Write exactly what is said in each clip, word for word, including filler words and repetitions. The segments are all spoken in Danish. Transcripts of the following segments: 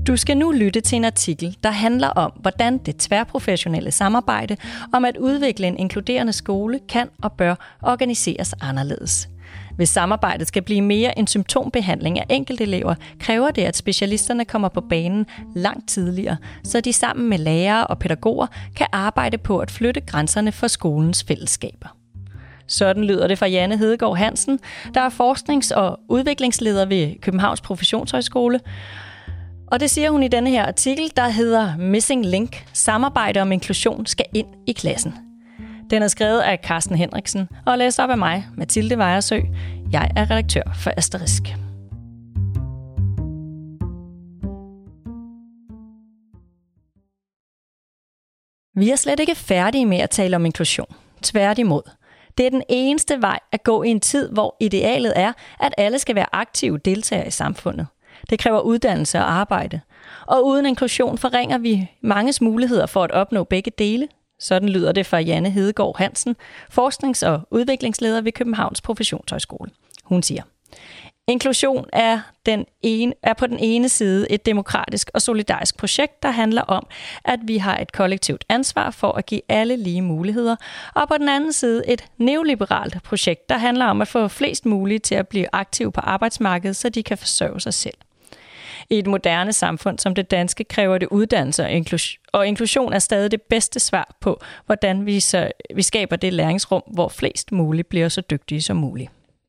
Du skal nu lytte til en artikel, der handler om, hvordan det tværprofessionelle samarbejde om at udvikle en inkluderende skole kan og bør organiseres anderledes. Hvis samarbejdet skal blive mere en symptombehandling af enkeltelever, kræver det, at specialisterne kommer på banen langt tidligere, så de sammen med lærere og pædagoger kan arbejde på at flytte grænserne for skolens fællesskaber. Sådan lyder det fra Janne Hedegaard Hansen, der er forsknings- og udviklingsleder ved Københavns Professionshøjskole. Og det siger hun i denne her artikel, der hedder Missing Link. Samarbejde om inklusion skal ind i klassen. Den er skrevet af Carsten Henriksen og læst op af mig, Mathilde Vejersø. Jeg er redaktør for Asterisk. Vi er slet ikke færdige med at tale om inklusion. Tværtimod. Det er den eneste vej at gå i en tid, hvor idealet er, at alle skal være aktive deltagere i samfundet. Det kræver uddannelse og arbejde. Og uden inklusion forringer vi manges muligheder for at opnå begge dele. Sådan lyder det fra Janne Hedegaard Hansen, forsknings- og udviklingsleder ved Københavns Professionshøjskole. Hun siger, inklusion er, den ene, er på den ene side et demokratisk og solidarisk projekt, der handler om, at vi har et kollektivt ansvar for at give alle lige muligheder, og på den anden side et neoliberalt projekt, der handler om at få flest mulige til at blive aktive på arbejdsmarkedet, så de kan forsørge sig selv. I et moderne samfund som det danske kræver det uddannelse og inklusion, og inklusion er stadig det bedste svar på, hvordan vi, så, vi skaber det læringsrum, hvor flest muligt bliver så dygtige som muligt.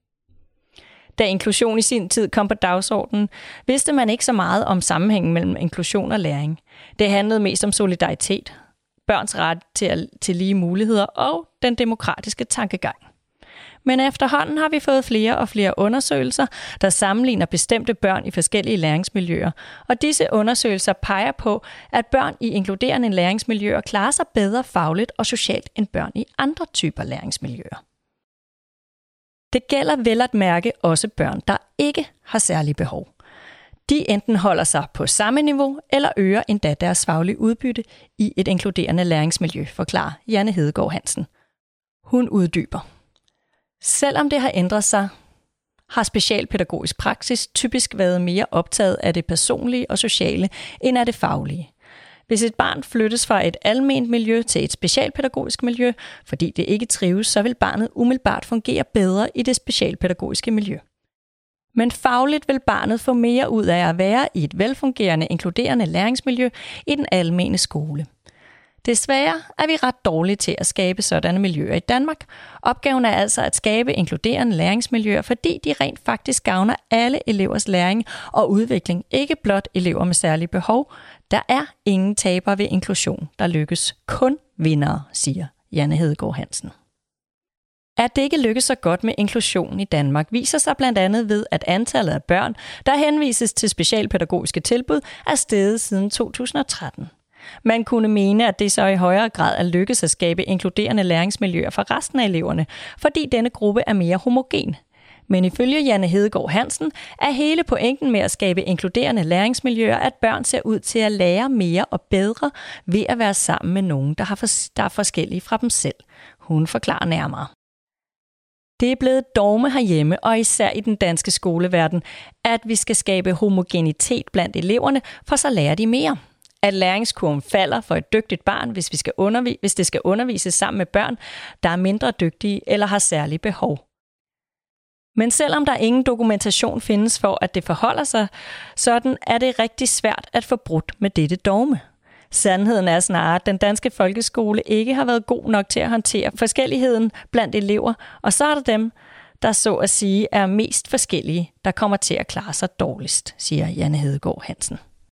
Da inklusion i sin tid kom på dagsordenen, vidste man ikke så meget om sammenhængen mellem inklusion og læring. Det handlede mest om solidaritet, børns ret til, at, til lige muligheder og den demokratiske tankegang. Men efterhånden har vi fået flere og flere undersøgelser, der sammenligner bestemte børn i forskellige læringsmiljøer. Og disse undersøgelser peger på, at børn i inkluderende læringsmiljøer klarer sig bedre fagligt og socialt end børn i andre typer læringsmiljøer. Det gælder vel at mærke også børn, der ikke har særlige behov. De enten holder sig på samme niveau eller øger endda deres faglige udbytte i et inkluderende læringsmiljø, forklarer Janne Hedegaard Hansen. Hun uddyber. Selvom det har ændret sig, har specialpædagogisk praksis typisk været mere optaget af det personlige og sociale end af det faglige. Hvis et barn flyttes fra et alment miljø til et specialpædagogisk miljø, fordi det ikke trives, så vil barnet umiddelbart fungere bedre i det specialpædagogiske miljø. Men fagligt vil barnet få mere ud af at være i et velfungerende, inkluderende læringsmiljø i den almene skole. Desværre er vi ret dårlige til at skabe sådanne miljøer i Danmark. Opgaven er altså at skabe inkluderende læringsmiljøer, fordi de rent faktisk gavner alle elevers læring og udvikling, ikke blot elever med særlige behov. Der er ingen tabere ved inklusion, der lykkes, kun vindere, siger Janne Hedegaard Hansen. At det ikke lykkes så godt med inklusion i Danmark, viser sig blandt andet ved, at antallet af børn, der henvises til specialpædagogiske tilbud, er steget siden to tusind og tretten. Man kunne mene, at det så i højere grad er lykkes at skabe inkluderende læringsmiljøer for resten af eleverne, fordi denne gruppe er mere homogen. Men ifølge Janne Hedegaard Hansen er hele pointen med at skabe inkluderende læringsmiljøer, at børn ser ud til at lære mere og bedre ved at være sammen med nogen, der, har for, der er forskellige fra dem selv. Hun forklarer nærmere. Det er blevet dogme herhjemme, og især i den danske skoleverden, at vi skal skabe homogenitet blandt eleverne, for så lærer de mere. At læringskurven falder for et dygtigt barn, hvis, vi skal undervise, hvis det skal undervises sammen med børn, der er mindre dygtige eller har særlige behov. Men selvom der ingen dokumentation findes for, at det forholder sig sådan, er det rigtig svært at få brudt med dette dogme. Sandheden er snarere, at den danske folkeskole ikke har været god nok til at håndtere forskelligheden blandt elever, og så er der dem, der så at sige er mest forskellige, der kommer til at klare sig dårligst, siger Janne Hedegaard Hansen.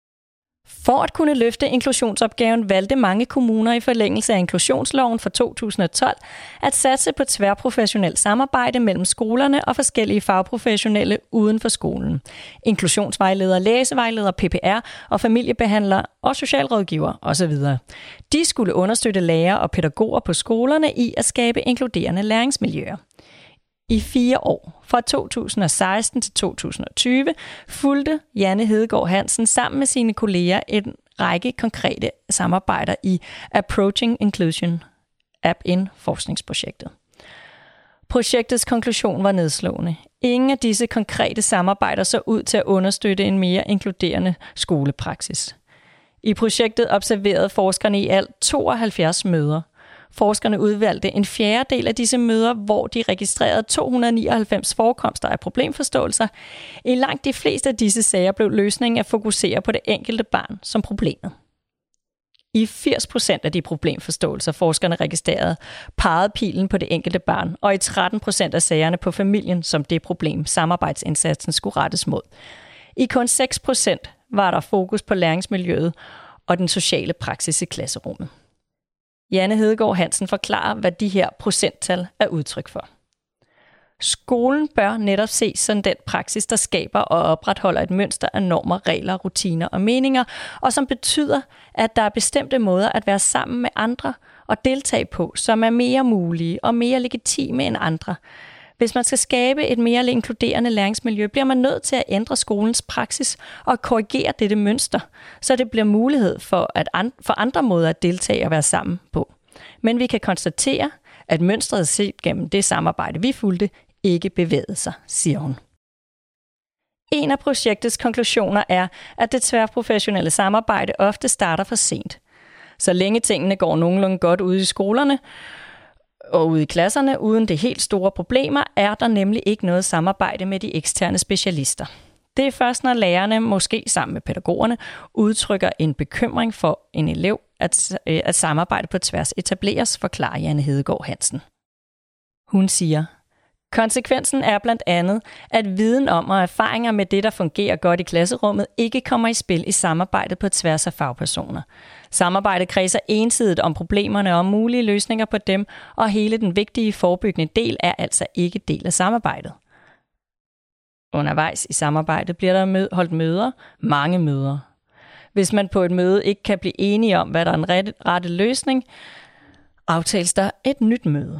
For at kunne løfte inklusionsopgaven valgte mange kommuner i forlængelse af inklusionsloven fra to tusind og tolv at satse på tværprofessionelt samarbejde mellem skolerne og forskellige fagprofessionelle uden for skolen. Inklusionsvejledere, læsevejledere, P P R og familiebehandlere og socialrådgivere osv. De skulle understøtte lærere og pædagoger på skolerne i at skabe inkluderende læringsmiljøer. I fire år, fra to tusind og seksten til to tusind og tyve, fulgte Janne Hedegaard Hansen sammen med sine kolleger en række konkrete samarbejder i Approaching Inclusion, App-in forskningsprojektet. Projektets konklusion var nedslående. Ingen af disse konkrete samarbejder så ud til at understøtte en mere inkluderende skolepraksis. I projektet observerede forskerne i alt tooghalvfjerds møder. Forskerne udvalgte en fjerdedel af disse møder, hvor de registrerede to hundrede nioghalvfems forekomster af problemforståelser. I langt de fleste af disse sager blev løsningen at fokusere på det enkelte barn som problemet. I firs procent af de problemforståelser, forskerne registrerede, pegede pilen på det enkelte barn, og i tretten procent af sagerne på familien som det problem, samarbejdsindsatsen skulle rettes mod. I kun seks procent var der fokus på læringsmiljøet og den sociale praksis i klasserummet. Janne Hedegaard Hansen forklarer, hvad de her procenttal er udtryk for. Skolen bør netop ses som den praksis, der skaber og opretholder et mønster af normer, regler, rutiner og meninger, og som betyder, at der er bestemte måder at være sammen med andre og deltage på, som er mere mulige og mere legitime end andre. Hvis man skal skabe et mere inkluderende læringsmiljø, bliver man nødt til at ændre skolens praksis og korrigere dette mønster, så det bliver mulighed for, at and- for andre måder at deltage og være sammen på. Men vi kan konstatere, at mønstret set gennem det samarbejde, vi fulgte, ikke bevægede sig, siger hun. En af projektets konklusioner er, at det tværprofessionelle samarbejde ofte starter for sent. Så længe tingene går nogenlunde godt ude i skolerne og ude i klasserne, uden det helt store problemer, er der nemlig ikke noget samarbejde med de eksterne specialister. Det er først, når lærerne, måske sammen med pædagogerne, udtrykker en bekymring for en elev, at, at samarbejde på tværs etableres, forklarer Janne Hedegaard Hansen. Hun siger, konsekvensen er blandt andet, at viden om og erfaringer med det, der fungerer godt i klasserummet, ikke kommer i spil i samarbejdet på tværs af fagpersoner. Samarbejdet kredser ensidigt om problemerne og om mulige løsninger på dem, og hele den vigtige forebyggende del er altså ikke del af samarbejdet. Undervejs i samarbejdet bliver der mød- holdt møder, mange møder. Hvis man på et møde ikke kan blive enige om, hvad der er en rette, rette løsning, aftales der et nyt møde.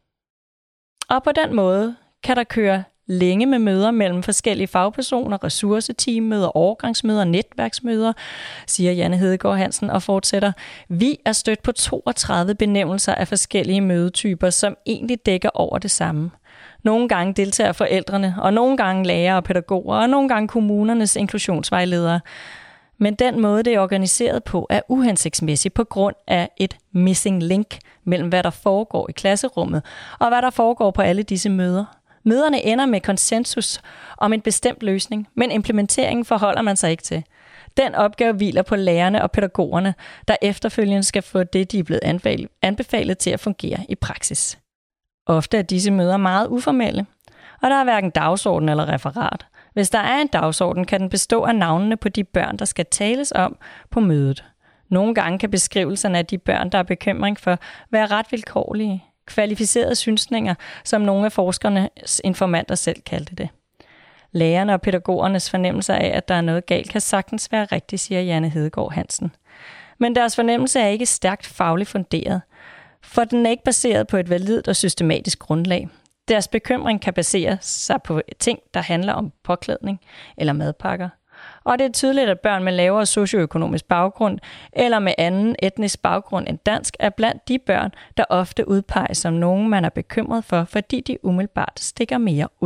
Og på den måde kan der køre længe med møder mellem forskellige fagpersoner, ressourceteammøder, overgangsmøder, netværksmøder, siger Janne Hedegaard Hansen og fortsætter. Vi er stødt på toogtredive benævnelser af forskellige mødetyper, som egentlig dækker over det samme. Nogle gange deltager forældrene, og nogle gange lærere og pædagoger, og nogle gange kommunernes inklusionsvejledere. Men den måde, det er organiseret på, er uhensigtsmæssig på grund af et missing link mellem, hvad der foregår i klasserummet, og hvad der foregår på alle disse møder. Møderne ender med konsensus om en bestemt løsning, men implementeringen forholder man sig ikke til. Den opgave hviler på lærerne og pædagogerne, der efterfølgende skal få det, de er blevet anbefalet til at fungere i praksis. Ofte er disse møder meget uformelle, og der er hverken dagsorden eller referat. Hvis der er en dagsorden, kan den bestå af navnene på de børn, der skal tales om på mødet. Nogle gange kan beskrivelserne af de børn, der er bekymring for, være ret vilkårlige, kvalificerede synsninger, som nogle af forskernes informanter selv kaldte det. Lærerne og pædagogernes fornemmelse af, at der er noget galt, kan sagtens være rigtigt, siger Janne Hedegaard Hansen. Men deres fornemmelse er ikke stærkt fagligt funderet, for den er ikke baseret på et validt og systematisk grundlag. Deres bekymring kan basere sig på ting, der handler om påklædning eller madpakker. Og det er tydeligt, at børn med lavere socioøkonomisk baggrund eller med anden etnisk baggrund end dansk er blandt de børn, der ofte udpeges som nogen, man er bekymret for, fordi de umiddelbart stikker mere ud.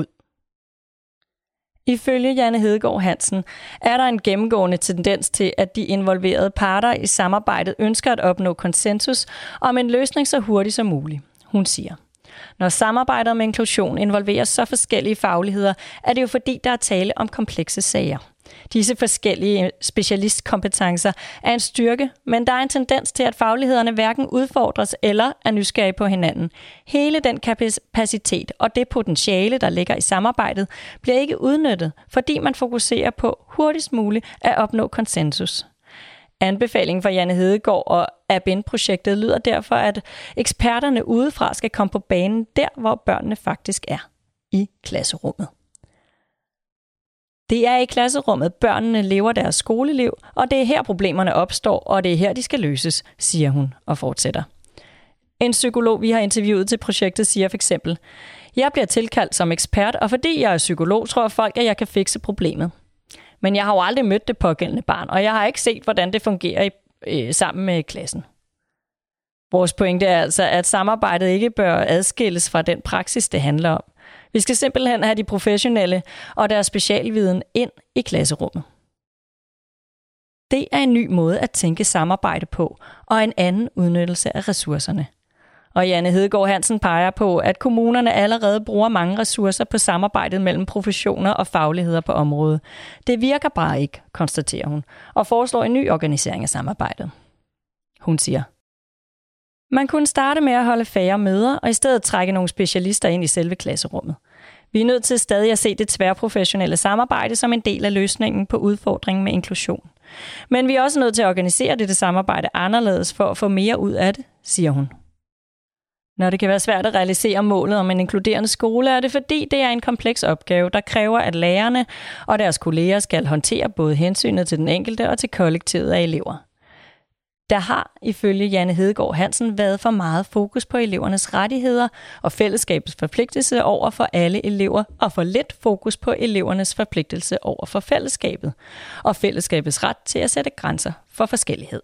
Ifølge Janne Hedegaard Hansen er der en gennemgående tendens til, at de involverede parter i samarbejdet ønsker at opnå konsensus om en løsning så hurtigt som muligt. Hun siger, når samarbejdet om inklusion involverer så forskellige fagligheder, er det jo fordi, der er tale om komplekse sager. Disse forskellige specialistkompetencer er en styrke, men der er en tendens til, at faglighederne hverken udfordres eller er nysgerrige på hinanden. Hele den kapacitet og det potentiale, der ligger i samarbejdet, bliver ikke udnyttet, fordi man fokuserer på hurtigst muligt at opnå konsensus. Anbefalingen fra Janne Hedegaard og A B I N-projektet lyder derfor, at eksperterne udefra skal komme på banen der, hvor børnene faktisk er, i klasserummet. Det er i klasserummet, børnene lever deres skoleliv, og det er her problemerne opstår, og det er her, de skal løses, siger hun og fortsætter. En psykolog, vi har interviewet til projektet, siger for eksempel, jeg bliver tilkaldt som ekspert, og fordi jeg er psykolog, tror folk, at jeg kan fikse problemet. Men jeg har jo aldrig mødt det pågældende barn, og jeg har ikke set, hvordan det fungerer i, øh, sammen med klassen. Vores pointe er altså, at samarbejdet ikke bør adskilles fra den praksis, det handler om. Vi skal simpelthen have de professionelle og deres specialviden ind i klasserummet. Det er en ny måde at tænke samarbejde på, og en anden udnyttelse af ressourcerne. Og Janne Hedegaard Hansen peger på, at kommunerne allerede bruger mange ressourcer på samarbejdet mellem professioner og fagligheder på området. Det virker bare ikke, konstaterer hun, og foreslår en ny organisering af samarbejdet. Hun siger: Man kunne starte med at holde færre møder, og i stedet trække nogle specialister ind i selve klasserummet. Vi er nødt til stadig at se det tværprofessionelle samarbejde som en del af løsningen på udfordringen med inklusion. Men vi er også nødt til at organisere dette samarbejde anderledes for at få mere ud af det, siger hun. Når det kan være svært at realisere målet om en inkluderende skole, er det fordi, det er en kompleks opgave, der kræver, at lærerne og deres kolleger skal håndtere både hensynet til den enkelte og til kollektivet af elever. Der har ifølge Janne Hedegaard Hansen været for meget fokus på elevernes rettigheder og fællesskabets forpligtelse over for alle elever, og for lidt fokus på elevernes forpligtelse over for fællesskabet, og fællesskabets ret til at sætte grænser for forskellighed.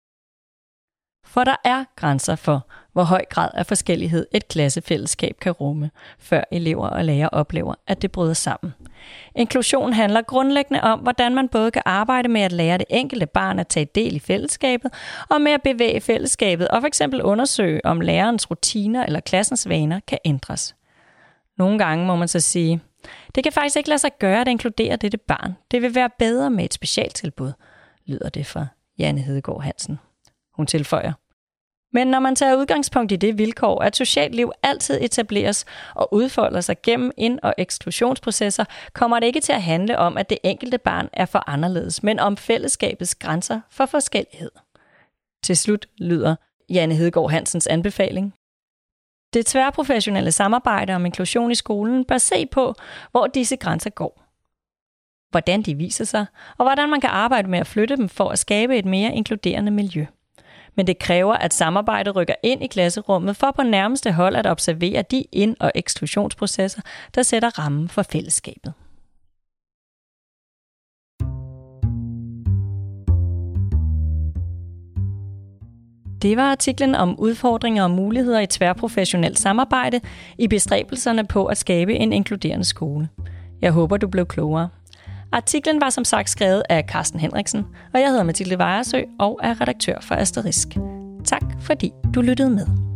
For der er grænser for, hvor høj grad af forskellighed et klassefællesskab kan rumme, før elever og lærere oplever, at det bryder sammen. Inklusion handler grundlæggende om, hvordan man både kan arbejde med at lære det enkelte barn at tage del i fællesskabet, og med at bevæge fællesskabet og f.eks. undersøge, om lærerens rutiner eller klassens vaner kan ændres. Nogle gange må man så sige, det kan faktisk ikke lade sig gøre at inkludere dette barn. Det vil være bedre med et specialtilbud, lyder det fra Janne Hedegaard Hansen. Hun tilføjer: Men når man tager udgangspunkt i det vilkår, at socialt liv altid etableres og udfolder sig gennem ind- og eksklusionsprocesser, kommer det ikke til at handle om, at det enkelte barn er for anderledes, men om fællesskabets grænser for forskellighed. Til slut lyder Janne Hedegaard Hansens anbefaling: Det tværprofessionelle samarbejde om inklusion i skolen bør se på, hvor disse grænser går, hvordan de viser sig, og hvordan man kan arbejde med at flytte dem for at skabe et mere inkluderende miljø. Men det kræver, at samarbejdet rykker ind i klasserummet for på nærmeste hold at observere de ind- og eksklusionsprocesser, der sætter rammen for fællesskabet. Det var artiklen om udfordringer og muligheder i tværprofessionelt samarbejde i bestræbelserne på at skabe en inkluderende skole. Jeg håber, du blev klogere. Artiklen var som sagt skrevet af Carsten Henriksen, og jeg hedder Mathilde Vejersø og er redaktør for Asterisk. Tak fordi du lyttede med.